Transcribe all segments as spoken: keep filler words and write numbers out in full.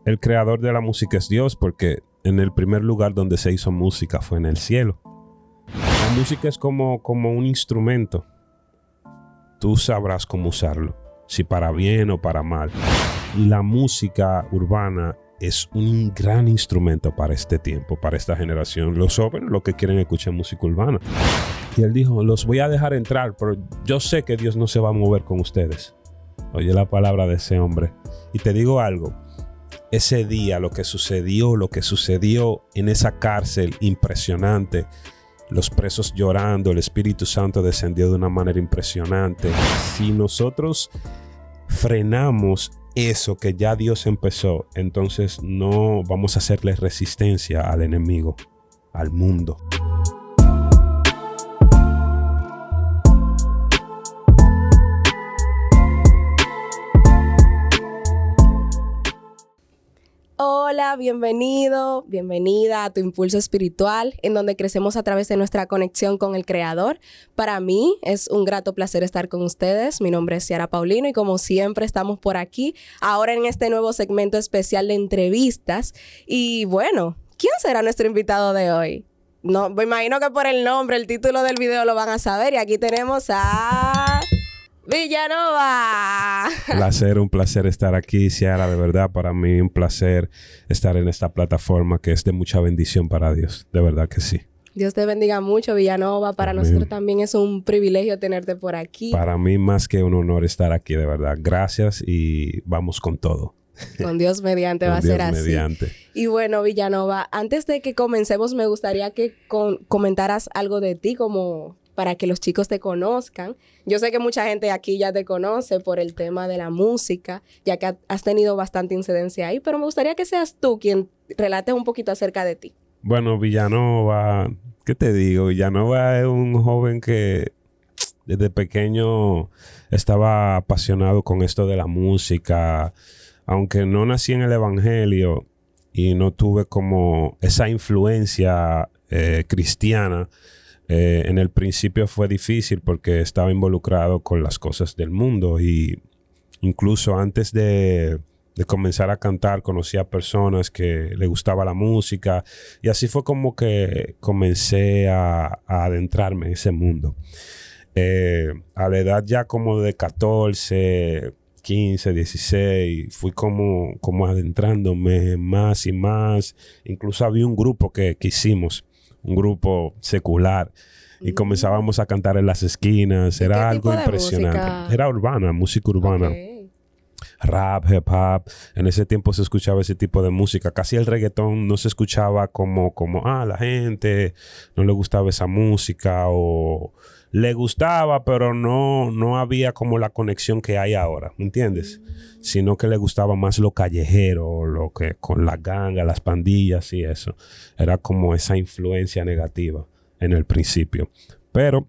el creador de la música es Dios, porque en el primer lugar donde se hizo música fue en el cielo. La música es como, como un instrumento. Tú sabrás cómo usarlo, si para bien o para mal. Y la música urbana es un gran instrumento para este tiempo, para esta generación. Los jóvenes lo que quieren escuchar música urbana. Y él dijo, los voy a dejar entrar, pero yo sé que Dios no se va a mover con ustedes. Oye la palabra de ese hombre. Y te digo algo, ese día lo que sucedió, lo que sucedió en esa cárcel impresionante, los presos llorando, el Espíritu Santo descendió de una manera impresionante. Si nosotros frenamos eso que ya Dios empezó, entonces no vamos a hacerle resistencia al enemigo, al mundo. Hola, bienvenido, bienvenida a Tu Impulso Espiritual, en donde crecemos a través de nuestra conexión con el Creador. Para mí es un grato placer estar con ustedes. Mi nombre es Ciara Paulino y como siempre estamos por aquí, ahora en este nuevo segmento especial de entrevistas. Y bueno, ¿quién será nuestro invitado de hoy? No, me imagino que por el nombre, el título del video lo van a saber. Y aquí tenemos a... Villanova. Placer, un placer estar aquí, Ciara, de verdad, para mí un placer estar en esta plataforma que es de mucha bendición para Dios, de verdad que sí. Dios te bendiga mucho, Villanova. Para Amén. Nosotros también es un privilegio tenerte por aquí. Para mí más que un honor estar aquí, de verdad. Gracias y vamos con todo. Con Dios mediante con va a Dios ser así. Mediante. Y bueno, Villanova, antes de que comencemos, me gustaría que con- comentaras algo de ti como... para que los chicos te conozcan. Yo sé que mucha gente aquí ya te conoce por el tema de la música, ya que has tenido bastante incidencia ahí, pero me gustaría que seas tú quien relates un poquito acerca de ti. Bueno, Villanova, ¿qué te digo? Villanova es un joven que desde pequeño estaba apasionado con esto de la música, aunque no nací en el evangelio y no tuve como esa influencia eh, cristiana. Eh, en el principio fue difícil porque estaba involucrado con las cosas del mundo y incluso antes de, de comenzar a cantar conocí a personas que le gustaba la música y así fue como que comencé a, a adentrarme en ese mundo. Eh, a la edad ya como de catorce, quince, dieciséis, fui como, como adentrándome más y más. Incluso había un grupo que, que hicimos. Un grupo secular y mm. comenzábamos a cantar en las esquinas. Era algo impresionante. Música? Era urbana, música urbana. Okay. Rap, hip hop. En ese tiempo se escuchaba ese tipo de música. Casi el reggaetón no se escuchaba como, como ah, la gente no le gustaba esa música o le gustaba, pero no, no había como la conexión que hay ahora, ¿me entiendes? Mm. Sino que le gustaba más lo callejero, lo que con las gangas, las pandillas y eso. Era como esa influencia negativa en el principio. Pero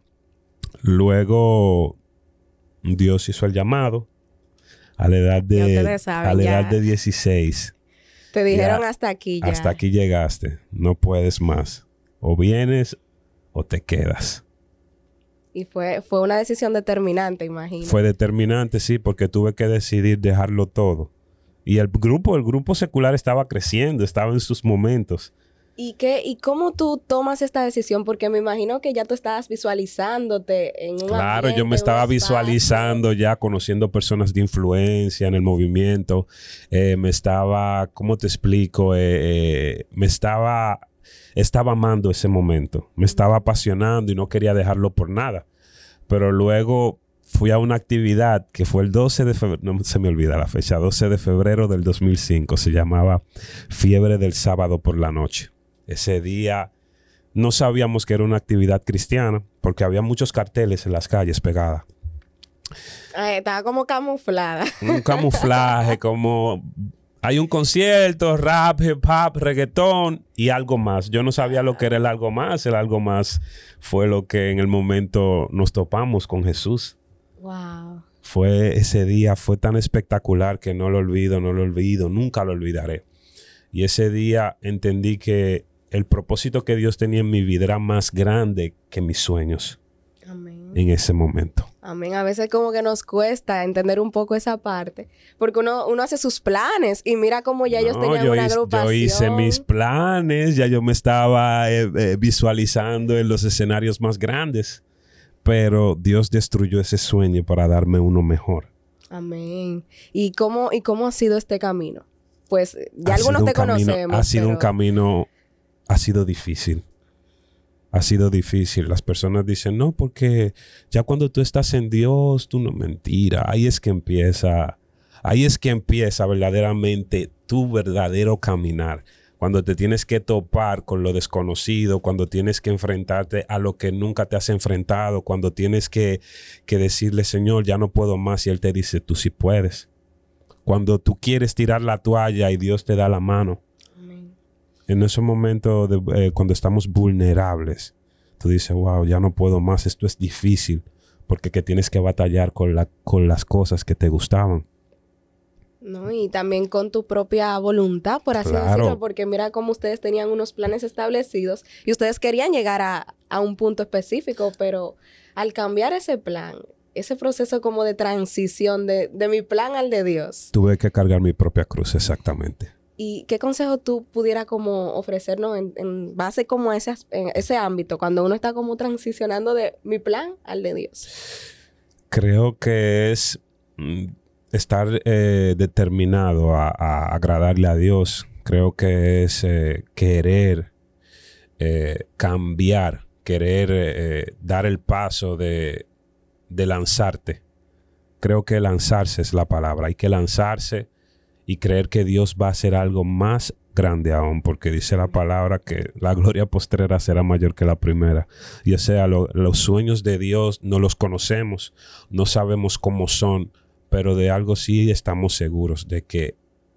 luego Dios hizo el llamado a la edad de, saben, a la edad de dieciséis. Te dijeron ya, hasta aquí ya. Hasta aquí llegaste. No puedes más. O vienes o te quedas. Y fue, fue una decisión determinante, imagino. Fue determinante, sí, porque tuve que decidir dejarlo todo. Y el grupo, el grupo secular estaba creciendo, estaba en sus momentos. ¿Y qué, y cómo tú tomas esta decisión? Porque me imagino que ya tú estabas visualizándote en un Claro, ambiente, yo me estaba visualizando espacio. ya, conociendo personas de influencia en el movimiento. Eh, me estaba, ¿cómo te explico? Eh, eh, me estaba... Estaba amando ese momento. Me estaba apasionando y no quería dejarlo por nada. Pero luego fui a una actividad que fue el doce de febrero. No se me olvida la fecha. doce de febrero del dos mil cinco. Se llamaba Fiebre del Sábado por la Noche. Ese día no sabíamos que era una actividad cristiana porque había muchos carteles en las calles pegadas. Ay, estaba como camuflada. Un camuflaje, como... Hay un concierto, rap, hip hop, reggaetón y algo más. Yo no sabía lo que era el algo más. El algo más fue lo que en el momento nos topamos con Jesús. Wow. Fue ese día, fue tan espectacular que no lo olvido, no lo olvido, nunca lo olvidaré. Y ese día entendí que el propósito que Dios tenía en mi vida era más grande que mis sueños. Amén. En ese momento. Amén. A veces como que nos cuesta entender un poco esa parte, porque uno, uno hace sus planes y mira cómo ya ellos No, tenían yo una hice, agrupación. Yo hice mis planes, ya yo me estaba eh, eh, visualizando en los escenarios más grandes, pero Dios destruyó ese sueño para darme uno mejor. Amén. ¿Y cómo, y cómo ha sido este camino? Pues ya Ha algunos te camino, conocemos. Ha sido pero... un camino, ha sido difícil. Ha sido difícil. Las personas dicen, no, porque ya cuando tú estás en Dios, tú no, mentira. Ahí es que empieza, ahí es que empieza verdaderamente tu verdadero caminar. Cuando te tienes que topar con lo desconocido, cuando tienes que enfrentarte a lo que nunca te has enfrentado, cuando tienes que, que decirle, Señor, ya no puedo más, y Él te dice, tú sí puedes. Cuando tú quieres tirar la toalla y Dios te da la mano. Amén. En esos momentos, de, eh, cuando estamos vulnerables, tú dices, wow, ya no puedo más, esto es difícil, porque que tienes que batallar con, la, con las cosas que te gustaban. No, y también con tu propia voluntad, por así Claro. decirlo, porque mira cómo ustedes tenían unos planes establecidos y ustedes querían llegar a, a un punto específico, pero al cambiar ese plan, ese proceso como de transición de, de mi plan al de Dios. Tuve que cargar mi propia cruz, exactamente. ¿Y qué consejo tú pudieras como ofrecernos en, en base como a ese, en ese ámbito, cuando uno está como transicionando de mi plan al de Dios? Creo que es mm, estar eh, determinado a, a agradarle a Dios. Creo que es eh, querer eh, cambiar, querer eh, dar el paso de, de lanzarte. Creo que lanzarse es la palabra. Hay que lanzarse y creer que Dios va a hacer algo más grande aún, porque dice la palabra que la gloria postrera será mayor que la primera. Y o sea, lo, los sueños de Dios no los conocemos, no sabemos cómo son, pero de algo sí estamos seguros, de que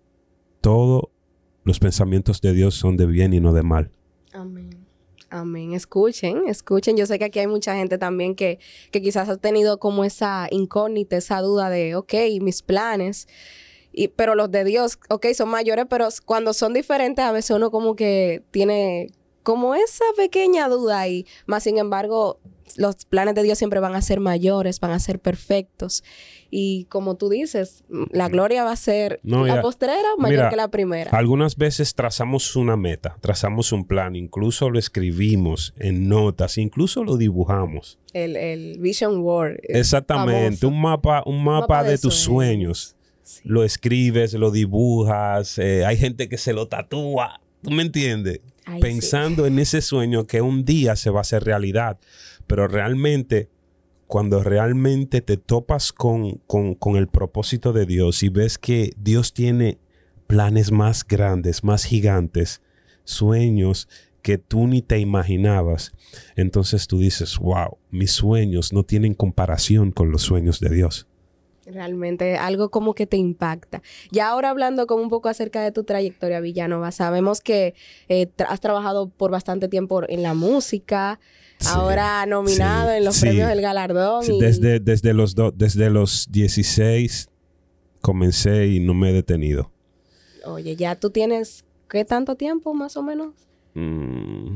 todos los pensamientos de Dios son de bien y no de mal. Amén. Amén. Escuchen, escuchen. Yo sé que aquí hay mucha gente también que, que quizás ha tenido como esa incógnita, esa duda de, ok, mis planes... Y, pero los de Dios, ok, son mayores, pero cuando son diferentes, a veces uno como que tiene como esa pequeña duda ahí. Más sin embargo, los planes de Dios siempre van a ser mayores, van a ser perfectos. Y como tú dices, la gloria va a ser no, la ya, postrera mayor mira, que la primera. Algunas veces trazamos una meta, trazamos un plan, incluso lo escribimos en notas, incluso lo dibujamos. El, el Vision Board. Exactamente, un mapa, un mapa, un mapa de, de tus sueños. sueños. Sí. Lo escribes, lo dibujas, eh, hay gente que se lo tatúa, ¿tú me entiendes? Ay, pensando sí. en ese sueño que un día se va a hacer realidad, pero realmente, cuando realmente te topas con, con, con el propósito de Dios y ves que Dios tiene planes más grandes, más gigantes, sueños que tú ni te imaginabas, entonces tú dices, wow, mis sueños no tienen comparación con los sueños de Dios. Realmente algo como que te impacta. Ya ahora hablando como un poco acerca de tu trayectoria, Villanova, sabemos que eh, tra- has trabajado por bastante tiempo en la música, sí, ahora nominado sí, en los sí. premios del Galardón. Sí, y... desde, desde, los do- desde los dieciséis comencé y no me he detenido. Oye, ya tú tienes, ¿qué tanto tiempo más o menos? Mm,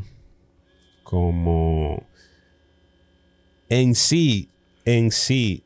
como... En sí, en sí,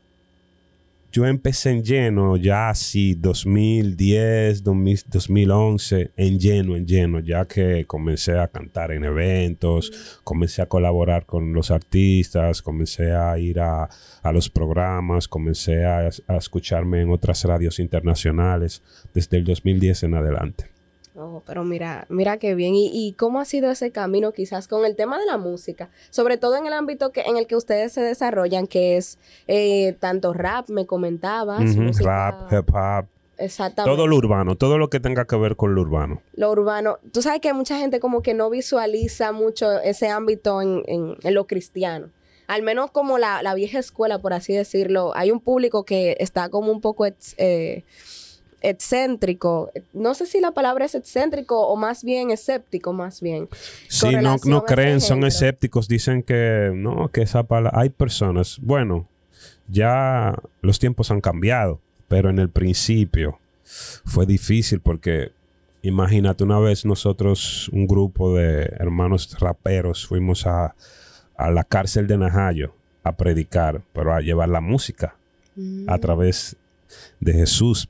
yo empecé en lleno ya así dos mil diez, dos mil once, en lleno, en lleno, ya que comencé a cantar en eventos, mm. comencé a colaborar con los artistas, comencé a ir a, a los programas, comencé a, a escucharme en otras radios internacionales desde el dos mil diez en adelante. Oh, pero mira, mira qué bien. ¿Y, ¿Y cómo ha sido ese camino quizás con el tema de la música? Sobre todo en el ámbito que, en el que ustedes se desarrollan, que es eh, tanto rap, me comentabas. Uh-huh, música... Rap, hip hop. Exactamente. Todo lo urbano, todo lo que tenga que ver con lo urbano. Lo urbano. Tú sabes que hay mucha gente como que no visualiza mucho ese ámbito en, en, en lo cristiano. Al menos como la, la vieja escuela, por así decirlo. Hay un público que está como un poco... Eh, excéntrico, no sé si la palabra es excéntrico o más bien escéptico, más bien. Sí, no, no creen, son escépticos, dicen que no, que esa palabra, hay personas, bueno, ya los tiempos han cambiado, pero en el principio fue difícil porque imagínate, una vez nosotros, un grupo de hermanos raperos, fuimos a, a la cárcel de Najayo a predicar, pero a llevar la música mm. a través de Jesús.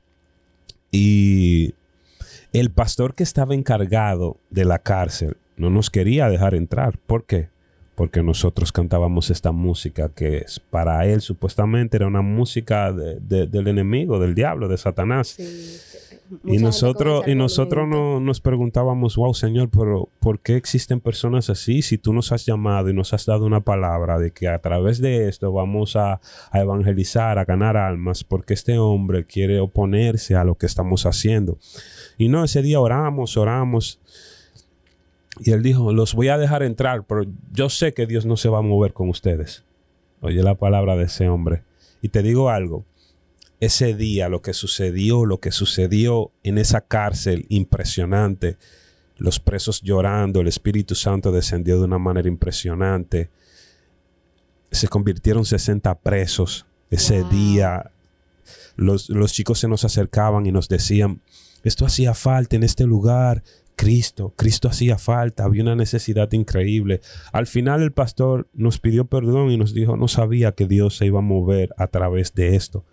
Y el pastor que estaba encargado de la cárcel no nos quería dejar entrar. ¿Por qué? Porque nosotros cantábamos esta música que es, para él supuestamente era una música de, de, del enemigo, del diablo, de Satanás. Sí. Y nosotros, y nosotros no, nos preguntábamos, wow, Señor, pero ¿por qué existen personas así? Si tú nos has llamado y nos has dado una palabra de que a través de esto vamos a, a evangelizar, a ganar almas, porque este hombre quiere oponerse a lo que estamos haciendo. Y no, ese día oramos, oramos. Y él dijo, los voy a dejar entrar, pero yo sé que Dios no se va a mover con ustedes. Oye la palabra de ese hombre. Y te digo algo. Ese día, lo que sucedió, lo que sucedió en esa cárcel impresionante, los presos llorando, el Espíritu Santo descendió de una manera impresionante. Se convirtieron sesenta presos ese wow. día. Los, los chicos se nos acercaban y nos decían, esto hacía falta en este lugar. Cristo, Cristo hacía falta, había una necesidad increíble. Al final el pastor nos pidió perdón y nos dijo, no sabía que Dios se iba a mover a través de esto.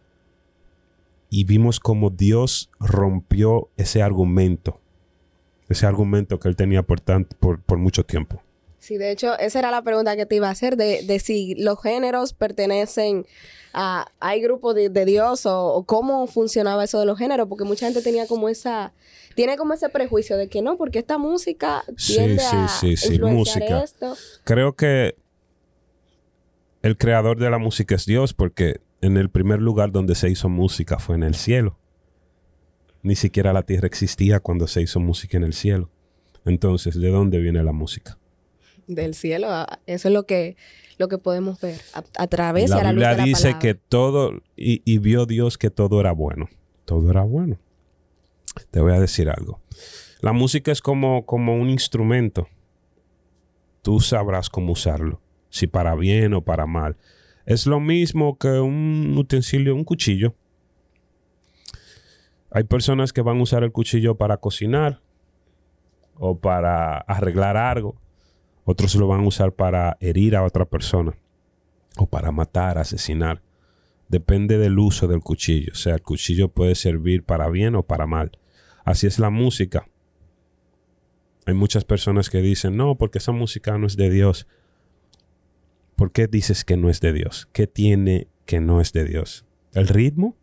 Y vimos cómo Dios rompió ese argumento, ese argumento que él tenía por, tanto, por, por mucho tiempo. Sí, de hecho, esa era la pregunta que te iba a hacer, de, de si los géneros pertenecen a... ¿Hay grupos de, de Dios o, o cómo funcionaba eso de los géneros? Porque mucha gente tenía como esa... Tiene como ese prejuicio de que no, porque esta música tiende sí, sí, a sí, sí. influenciar música. Esto. Creo que el creador de la música es Dios, porque en el primer lugar donde se hizo música fue en el cielo. Ni siquiera la tierra existía cuando se hizo música en el cielo. Entonces, ¿de dónde viene la música? Del cielo. Eso es lo que, lo que podemos ver a, a través la y a la luz de la palabra. La Biblia dice que todo, y, y vio Dios que todo era bueno. Todo era bueno. Te voy a decir algo. La música es como, como un instrumento. Tú sabrás cómo usarlo. Si para bien o para mal. Es lo mismo que un utensilio, un cuchillo. Hay personas que van a usar el cuchillo para cocinar o para arreglar algo. Otros lo van a usar para herir a otra persona o para matar, asesinar. Depende del uso del cuchillo. O sea, el cuchillo puede servir para bien o para mal. Así es la música. Hay muchas personas que dicen, no, porque esa música no es de Dios. ¿Por qué dices que no es de Dios? ¿Qué tiene que no es de Dios? ¿El ritmo?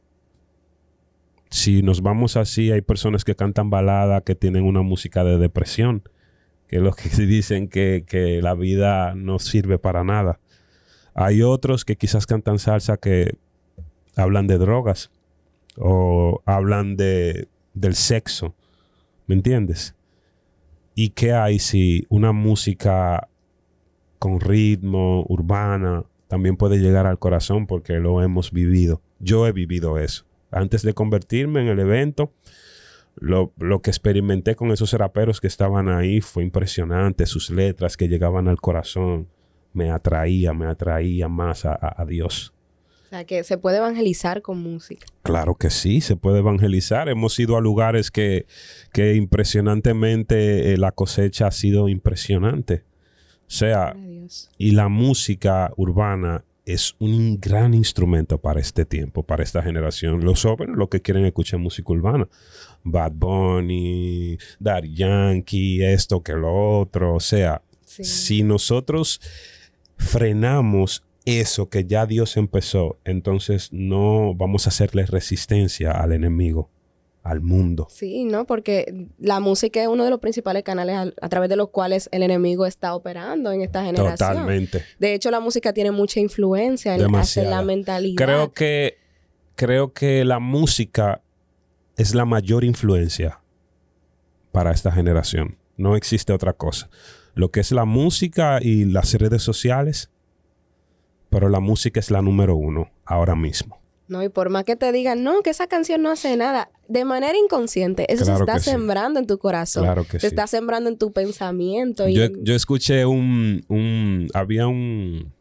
Si nos vamos así, hay personas que cantan balada que tienen una música de depresión, que es lo que dicen que, que la vida no sirve para nada. Hay otros que quizás cantan salsa que hablan de drogas o hablan de, del sexo. ¿Me entiendes? ¿Y qué hay si una música con ritmo, urbana, también puede llegar al corazón porque lo hemos vivido? Yo he vivido eso. Antes de convertirme en el evento, lo, lo que experimenté con esos raperos que estaban ahí fue impresionante. Sus letras que llegaban al corazón me atraía, me atraía más a, a, a Dios. O sea, que se puede evangelizar con música. Claro que sí, se puede evangelizar. Hemos ido a lugares que, que impresionantemente eh, la cosecha ha sido impresionante. O sea, y la música urbana es un gran instrumento para este tiempo, para esta generación. Los jóvenes lo que quieren escuchar música urbana. Bad Bunny, Daddy Yankee, esto que lo otro. O sea, sí. Si nosotros frenamos eso que ya Dios empezó, entonces no vamos a hacerle resistencia al enemigo, al mundo. Sí, ¿no? Porque la música es uno de los principales canales a, a través de los cuales el enemigo está operando en esta generación. Totalmente. De hecho, la música tiene mucha influencia en, en la mentalidad. Creo que, creo que la música es la mayor influencia para esta generación. No existe otra cosa. Lo que es la música y las redes sociales, pero la música es la número uno ahora mismo. No, y por más que te digan, no, que esa canción no hace nada, de manera inconsciente, eso claro se está sembrando sí. en tu corazón. Claro que se sí. está sembrando en tu pensamiento. Yo, y... yo escuché un, un... Había un...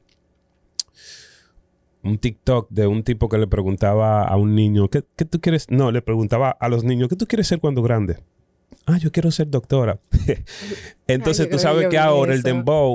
Un TikTok de un tipo que le preguntaba a un niño, ¿qué, qué tú quieres? No, le preguntaba a los niños, ¿qué tú quieres ser cuando grande? Ah, yo quiero ser doctora. Entonces, Ay, tú sabes que, que ahora eso. el dembow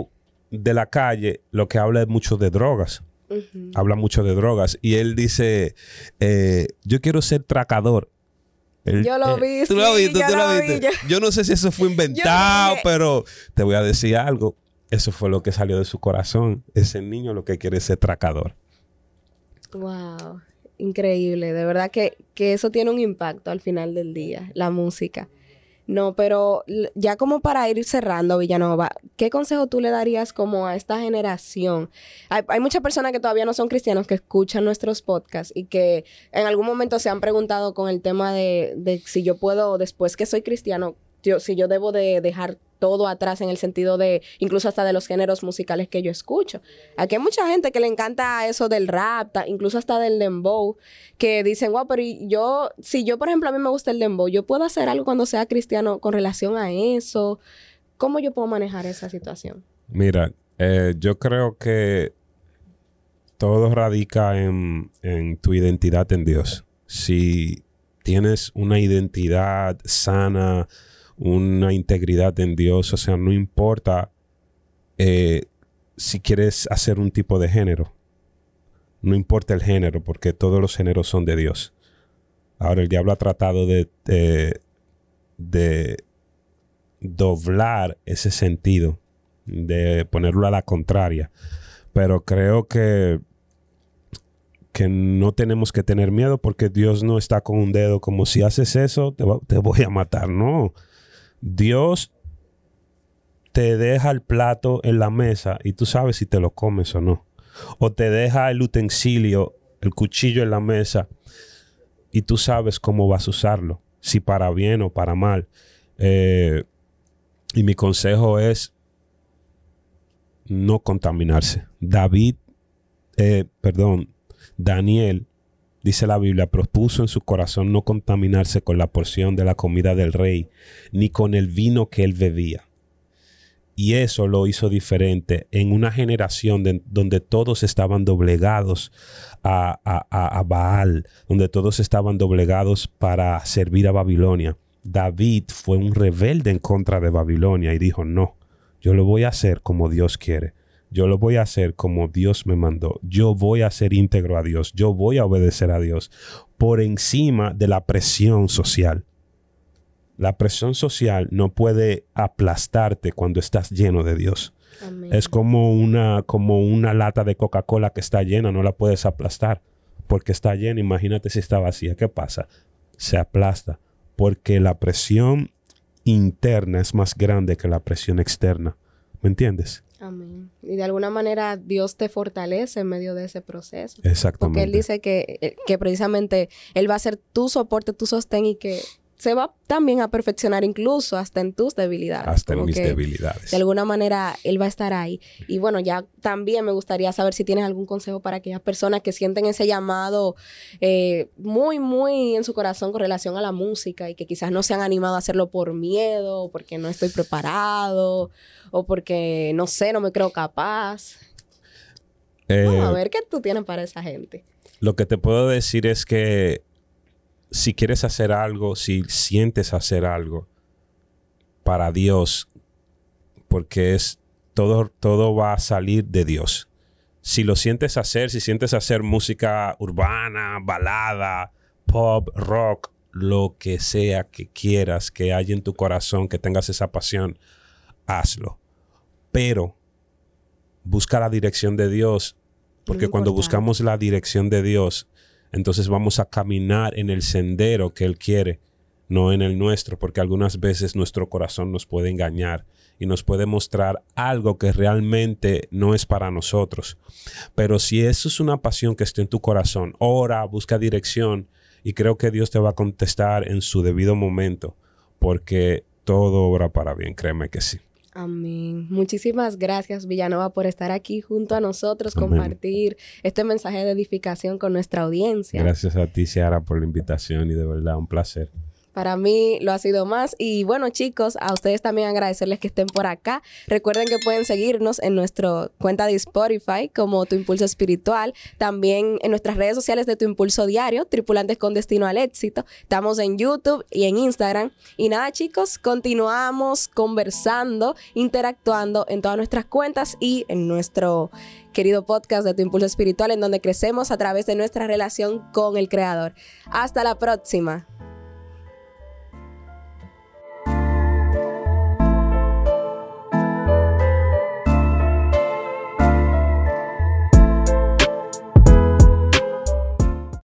de la calle lo que habla es mucho de drogas. Uh-huh. Habla mucho de drogas. Y él dice, eh, yo quiero ser tracador. Él, yo lo vi, eh, ¿tú sí, lo viste? yo ¿Tú lo lo viste? vi, yo... yo no sé si eso fue inventado, yo... pero te voy a decir algo. Eso fue lo que salió de su corazón. Ese niño lo que quiere es ser tracador. Wow. Increíble. De verdad que, que eso tiene un impacto al final del día, la música. No, pero ya como para ir cerrando, Villanova, ¿qué consejo tú le darías como a esta generación? Hay, hay muchas personas que todavía no son cristianos que escuchan nuestros podcasts y que en algún momento se han preguntado con el tema de, de si yo puedo, después que soy cristiano, yo, si yo debo de dejar todo atrás en el sentido de, incluso hasta de los géneros musicales que yo escucho. Aquí hay mucha gente que le encanta eso del rap, ta, incluso hasta del dembow, que dicen, wow, pero yo, si yo, por ejemplo, a mí me gusta el dembow, ¿yo puedo hacer algo cuando sea cristiano con relación a eso? ¿Cómo yo puedo manejar esa situación? Mira, eh, yo creo que todo radica en, en tu identidad en Dios. Si tienes una identidad sana, una integridad en Dios, o sea, no importa eh, si quieres hacer un tipo de género, no importa el género, porque todos los géneros son de Dios. Ahora, el diablo ha tratado de, de, de doblar ese sentido, de ponerlo a la contraria, pero creo que que no tenemos que tener miedo, porque Dios no está con un dedo como si haces eso, te, va, te voy a matar, no. Dios te deja el plato en la mesa y tú sabes si te lo comes o no. O te deja el utensilio, el cuchillo en la mesa y tú sabes cómo vas a usarlo, si para bien o para mal. Eh, y mi consejo es no contaminarse. David, eh, perdón, Daniel, dice la Biblia, propuso en su corazón no contaminarse con la porción de la comida del rey, ni con el vino que él bebía. Y eso lo hizo diferente en una generación de, donde todos estaban doblegados a, a, a, a Baal, donde todos estaban doblegados para servir a Babilonia. David fue un rebelde en contra de Babilonia y dijo, no, yo lo voy a hacer como Dios quiere. Yo lo voy a hacer como Dios me mandó. Yo voy a ser íntegro a Dios. Yo voy a obedecer a Dios por encima de la presión social. La presión social no puede aplastarte cuando estás lleno de Dios. Amén. Es como una, como una lata de Coca-Cola que está llena, no la puedes aplastar porque está llena. Imagínate si está vacía. ¿Qué pasa? Se aplasta porque la presión interna es más grande que la presión externa. ¿Me entiendes? Amén. Y de alguna manera Dios te fortalece en medio de ese proceso. Exactamente. Porque Él dice que, que precisamente Él va a ser tu soporte, tu sostén y que se va también a perfeccionar incluso hasta en tus debilidades. Hasta en Como mis que debilidades. De alguna manera Él va a estar ahí. Y bueno, ya también me gustaría saber si tienes algún consejo para aquellas personas que sienten ese llamado eh, muy, muy en su corazón con relación a la música y que quizás no se han animado a hacerlo por miedo, o porque no estoy preparado, o porque, no sé, no me creo capaz. Eh, Vamos a ver qué tú tienes para esa gente. Lo que te puedo decir es que si quieres hacer algo, si sientes hacer algo para Dios, porque es todo, todo va a salir de Dios. Si lo sientes hacer, si sientes hacer música urbana, balada, pop, rock, lo que sea que quieras, que haya en tu corazón, que tengas esa pasión, hazlo. Pero busca la dirección de Dios, porque cuando buscamos la dirección de Dios, entonces vamos a caminar en el sendero que Él quiere, no en el nuestro, porque algunas veces nuestro corazón nos puede engañar y nos puede mostrar algo que realmente no es para nosotros. Pero si eso es una pasión que esté en tu corazón, ora, busca dirección y creo que Dios te va a contestar en su debido momento, porque todo obra para bien, créeme que sí. Amén. Muchísimas gracias, Villanova, por estar aquí junto a nosotros, Amén. Compartir este mensaje de edificación con nuestra audiencia. Gracias a ti, Ciara, por la invitación y de verdad un placer. Para mí lo ha sido más. Y bueno, chicos, a ustedes también agradecerles que estén por acá. Recuerden que pueden seguirnos en nuestra cuenta de Spotify como Tu Impulso Espiritual. También en nuestras redes sociales de Tu Impulso Diario, Tripulantes con Destino al Éxito. Estamos en YouTube y en Instagram. Y nada, chicos, continuamos conversando, interactuando en todas nuestras cuentas y en nuestro querido podcast de Tu Impulso Espiritual, en donde crecemos a través de nuestra relación con el Creador. Hasta la próxima.